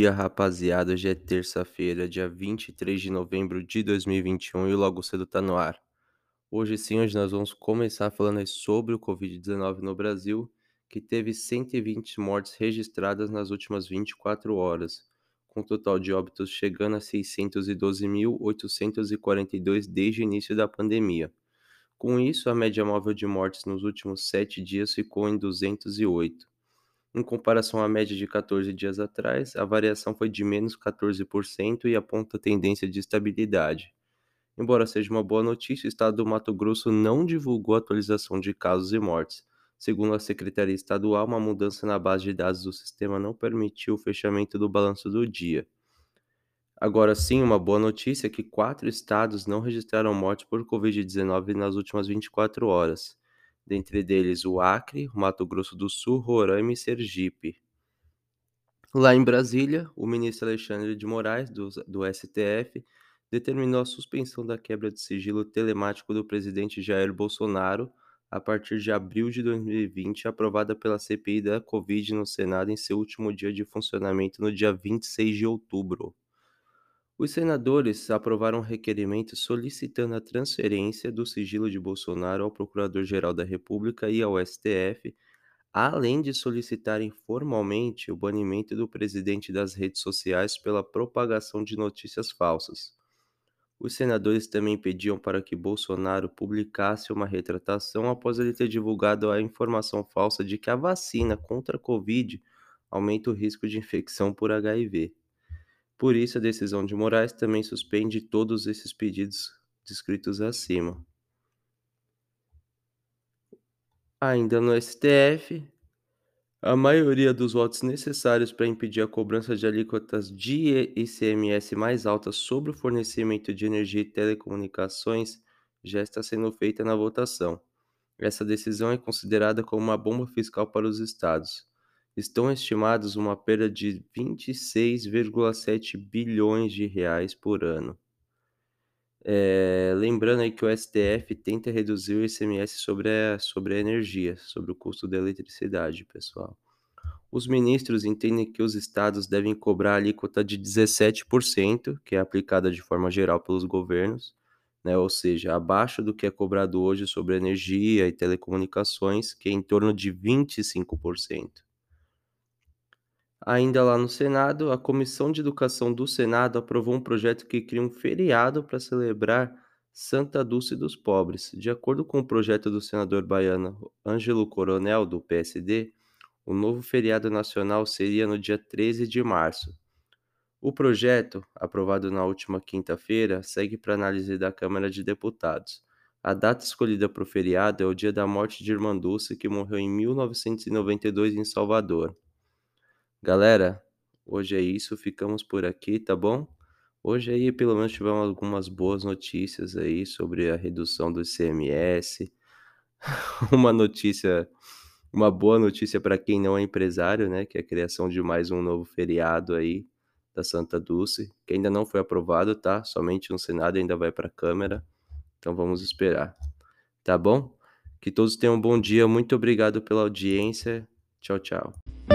dia, rapaziada. Hoje é terça-feira, dia 23 de novembro de 2021 e o Logo Cedo tá no ar. Hoje nós vamos começar falando aí sobre o Covid-19 no Brasil, que teve 120 mortes registradas nas últimas 24 horas, com o total de óbitos chegando a 612.842 desde o início da pandemia. Com isso, a média móvel de mortes nos últimos 7 dias ficou em 208. Em comparação à média de 14 dias atrás, a variação foi de menos 14% e aponta tendência de estabilidade. Embora seja uma boa notícia, o estado do Mato Grosso não divulgou atualização de casos e mortes. Segundo a Secretaria Estadual, uma mudança na base de dados do sistema não permitiu o fechamento do balanço do dia. Agora sim, uma boa notícia é que 4 estados não registraram mortes por Covid-19 nas últimas 24 horas. Dentre eles, o Acre, o Mato Grosso do Sul, Roraima e Sergipe. Lá em Brasília, o ministro Alexandre de Moraes, do STF, determinou a suspensão da quebra de sigilo telemático do presidente Jair Bolsonaro a partir de abril de 2020, aprovada pela CPI da Covid no Senado em seu último dia de funcionamento no dia 26 de outubro. Os senadores aprovaram um requerimento solicitando a transferência do sigilo de Bolsonaro ao Procurador-Geral da República e ao STF, além de solicitarem formalmente o banimento do presidente das redes sociais pela propagação de notícias falsas. Os senadores também pediam para que Bolsonaro publicasse uma retratação após ele ter divulgado a informação falsa de que a vacina contra a Covid aumenta o risco de infecção por HIV. Por isso, a decisão de Moraes também suspende todos esses pedidos descritos acima. Ainda no STF, a maioria dos votos necessários para impedir a cobrança de alíquotas de ICMS mais altas sobre o fornecimento de energia e telecomunicações já está sendo feita na votação. Essa decisão é considerada como uma bomba fiscal para os estados. Estão estimados uma perda de 26,7 bilhões de reais por ano. Lembrando aí que o STF tenta reduzir o ICMS sobre a energia, sobre o custo da eletricidade, pessoal. Os ministros entendem que os estados devem cobrar a alíquota de 17%, que é aplicada de forma geral pelos governos, né, ou seja, abaixo do que é cobrado hoje sobre energia e telecomunicações, que é em torno de 25%. Ainda lá no Senado, a Comissão de Educação do Senado aprovou um projeto que cria um feriado para celebrar Santa Dulce dos Pobres. De acordo com o projeto do senador baiano Ângelo Coronel, do PSD, o novo feriado nacional seria no dia 13 de março. O projeto, aprovado na última quinta-feira, segue para análise da Câmara de Deputados. A data escolhida para o feriado é o dia da morte de Irmã Dulce, que morreu em 1992 em Salvador. Galera, hoje é isso, ficamos por aqui, tá bom? Hoje aí pelo menos tivemos algumas boas notícias aí sobre a redução do ICMS, uma notícia uma boa notícia para quem não é empresário, né, que é a criação de mais um novo feriado aí da Santa Dulce, que ainda não foi aprovado, tá? Somente no Senado, ainda vai para a Câmara, então vamos esperar, tá bom? Que todos tenham um bom dia, muito obrigado pela audiência. Tchau, tchau.